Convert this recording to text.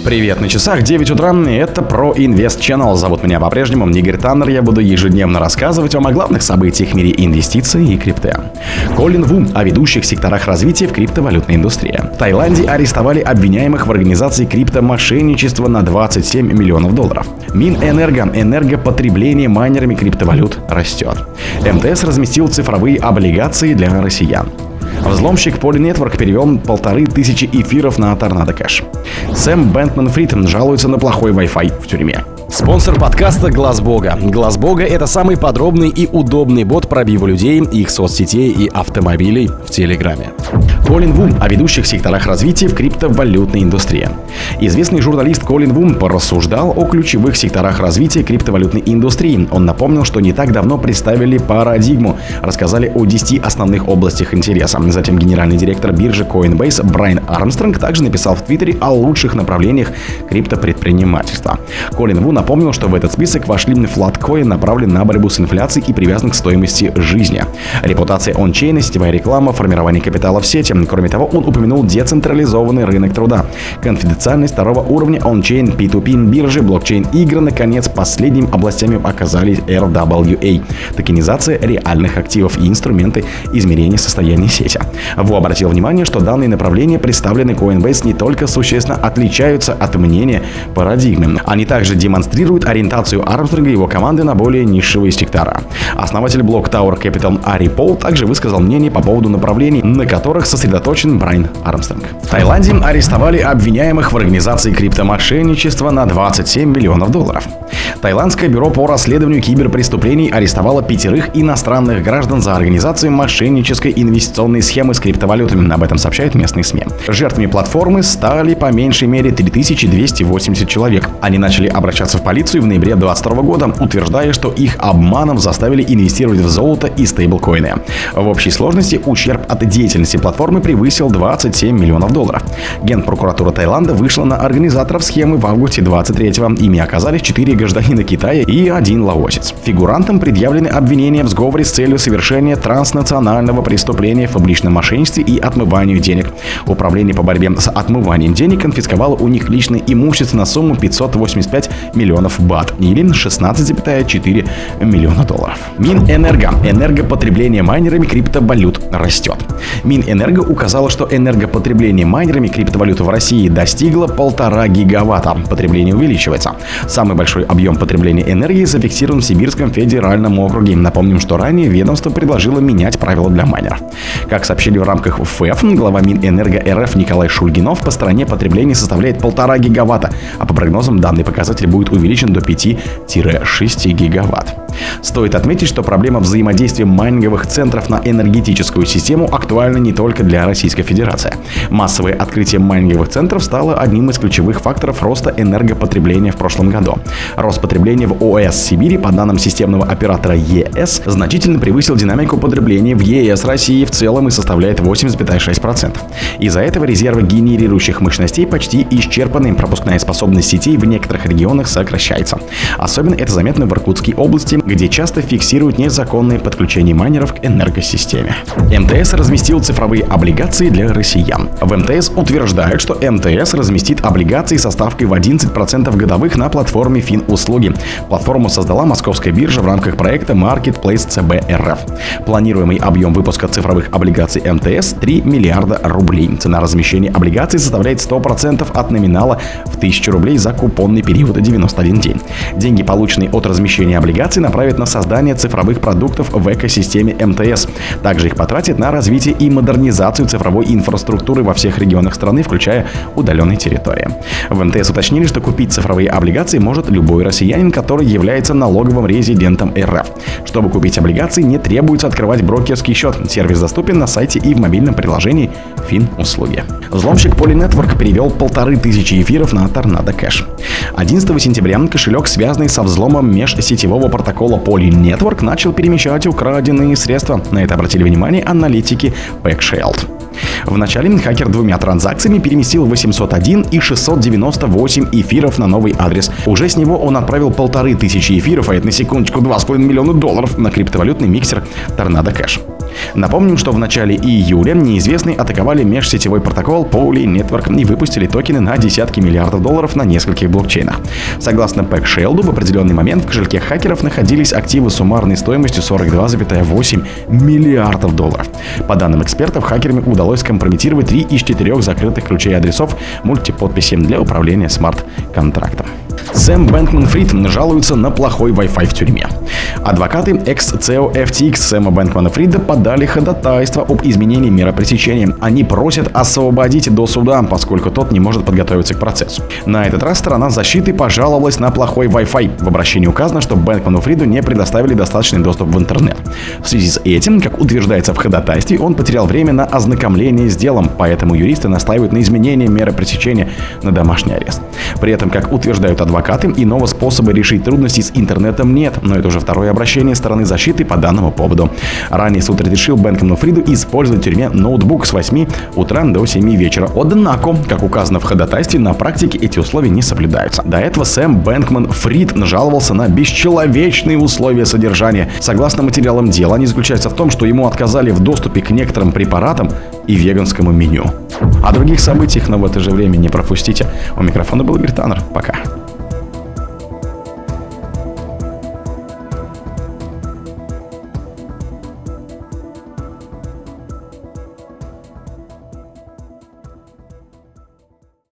Привет, на часах 9 утра, это про Invest Channel. Зовут меня по-прежнему Игорь Таннер. Я буду ежедневно рассказывать вам о главных событиях в мире инвестиций и крипты. Колин Ву о ведущих секторах развития в криптовалютной индустрии. В Таиланде арестовали обвиняемых в организации криптомошенничества на $27 миллионов. Минэнерго. Энергопотребление майнерами криптовалют растет. МТС разместил цифровые облигации для россиян. Взломщик Poly перевел 1500 эфиров на Торнадо Кэш. Сэм Бэнкман-Фрид жалуется на плохой Wi-Fi в тюрьме. Спонсор подкаста Глаз Бога. Глаз Бога — это самый подробный и удобный бот пробива людей, их соцсетей и автомобилей в Телеграме. Колин Ву о ведущих секторах развития в криптовалютной индустрии. Известный журналист Колин Ву порассуждал о ключевых секторах развития криптовалютной индустрии. Он напомнил, что не так давно представили парадигму, рассказали о 10 основных областях интереса. Затем генеральный директор биржи Coinbase Брайан Армстронг также написал в Твиттере о лучших направлениях криптопредпринимательства. Колин Ву напомнил, что в этот список вошли Flatcoin, направленный на борьбу с инфляцией и привязанный к стоимости жизни. Репутация ончейна, сетевая реклама, формирование капитала в сети. Кроме того, он упомянул децентрализованный рынок труда, конфиденциальность второго уровня, ончейн, P2P биржи, блокчейн-игры. Наконец, последними областями оказались RWA, токенизация реальных активов и инструменты измерения состояния сети. Ву обратил внимание, что данные направления, представленные Coinbase, не только существенно отличаются от мнения парадигмы, они также демонстрируют ориентацию Армстронга и его команды на более нишевые сектора. Основатель Block Tower Capital Ари Пол также высказал мнение по поводу направлений, на которых сосредоточен Брайан Армстронг. В Таиланде арестовали обвиняемых в организации криптомошенничества на $27 миллионов. Таиландское бюро по расследованию киберпреступлений арестовало 5 иностранных граждан за организацию мошеннической инвестиционной схемы с криптовалютами. Об этом сообщают местные СМИ. Жертвами платформы стали по меньшей мере 3280 человек. Они начали обращаться в полицию в ноябре 2022 года, утверждая, что их обманом заставили инвестировать в золото и стейблкоины. В общей сложности ущерб от деятельности платформы превысил $27 миллионов. Генпрокуратура Таиланда вышла на организаторов схемы в августе 23-го. Ими оказались 4 гражданина Китая и 1 лаосец. Фигурантам предъявлены обвинения в сговоре с целью совершения транснационального преступления в публичном мошенничестве и отмыванию денег. Управление по борьбе с отмыванием денег конфисковало у них личное имущество на сумму $585 миллионов бат или $16,4 миллиона. Минэнерго. Энергопотребление майнерами криптовалют растет. Минэнерго указало, что энергопотребление майнерами криптовалют в России достигло 1,5 гигаватта. Потребление увеличивается. Самый большой объем потребления энергии зафиксирован в Сибирском федеральном округе. Напомним, что ранее ведомство предложило менять правила для майнеров. Как сообщили в рамках ФЭФ, глава Минэнерго РФ Николай Шульгинов, по стране потребление составляет 1,5 гигаватта, а по прогнозам данный показатель будет увеличен до 5-6 гигаватт. Стоит отметить, что проблема взаимодействия майнинговых центров на энергетическую систему актуальна не только для Российской Федерации. Массовое открытие майнинговых центров стало одним из ключевых факторов роста энергопотребления в прошлом году. Рост потребления в ОС Сибири, по данным системного оператора ЕС, значительно превысил динамику потребления в ЕС России в целом и составляет 8,6%. Из-за этого резервы генерирующих мощностей почти исчерпаны, пропускная способность сетей в некоторых регионах сокращается. Особенно это заметно в Иркутской области, где часто фиксируют незаконные подключения майнеров к энергосистеме. МТС разместил цифровые облигации для россиян. В МТС утверждают, что МТС разместит облигации со ставкой в 11% годовых на платформе Финуслуги. Платформу создала Московская биржа в рамках проекта Marketplace ЦБ РФ. Планируемый объем выпуска цифровых облигаций МТС – 3 миллиарда рублей. Цена размещения облигаций составляет 100% от номинала в 1000 рублей за купонный период 91 день. Деньги, полученные от размещения облигаций, направят на создание цифровых продуктов в экосистеме МТС. Также их потратят на развитие и модернизацию цифровой инфраструктуры во всех регионах страны, включая удаленные территории. В МТС уточнили, что купить цифровые облигации может любой россиянин, который является налоговым резидентом РФ. Чтобы купить облигации, не требуется открывать брокерский счет. Сервис доступен на сайте и в мобильном приложении Финуслуги. Взломщик Poly перевел 1500 эфиров на Торнадо Кэш. 11 сентября кошелек, связанный со взломом межсетевого протокола Poly начал перемещать украденные средства. На это обратили внимание аналитики PackShield. В начале хакер 2 транзакциями переместил 801 и 698 эфиров на новый адрес. Уже с него он отправил 1500 эфиров, а это на секундочку $2,5 миллиона на криптовалютный миксер Торнадо Кэш. Напомним, что в начале июля неизвестные атаковали межсетевой протокол Poly Network и выпустили токены на десятки миллиардов долларов на нескольких блокчейнах. Согласно PackShield, в определенный момент в кошельке хакеров находились активы суммарной стоимостью 42,8 миллиардов долларов. По данным экспертов, хакерами удалось скомпрометировать 3 из 4 закрытых ключей адресов мультиподписи для управления смарт-контрактом. Сэм Бэнкман-Фрид жалуется на плохой Wi-Fi в тюрьме. Адвокаты экс-CEO FTX Сэма Бэнкмана-Фрида подали ходатайство об изменении меры пресечения. Они просят освободить до суда, поскольку тот не может подготовиться к процессу. На этот раз сторона защиты пожаловалась на плохой Wi-Fi. В обращении указано, что Бэнкману-Фриду не предоставили достаточный доступ в интернет. В связи с этим, как утверждается в ходатайстве, он потерял время на ознакомление с делом, поэтому юристы настаивают на изменении меры пресечения на домашний арест. При этом, как утверждают адвокаты, иного способа решить трудности с интернетом нет, но это уже второе обращение стороны защиты по данному поводу. Ранее суд разрешил Бэнкману-Фриду использовать в тюрьме ноутбук с 8 утра до 7 вечера. Однако, как указано в ходатайстве, на практике эти условия не соблюдаются. До этого Сэм Бэнкман-Фрид жаловался на бесчеловечные условия содержания. Согласно материалам дела, они заключаются в том, что ему отказали в доступе к некоторым препаратам и веганскому меню. О других событиях, но в это же время не пропустите. У микрофона был Игорь Таннер. Пока.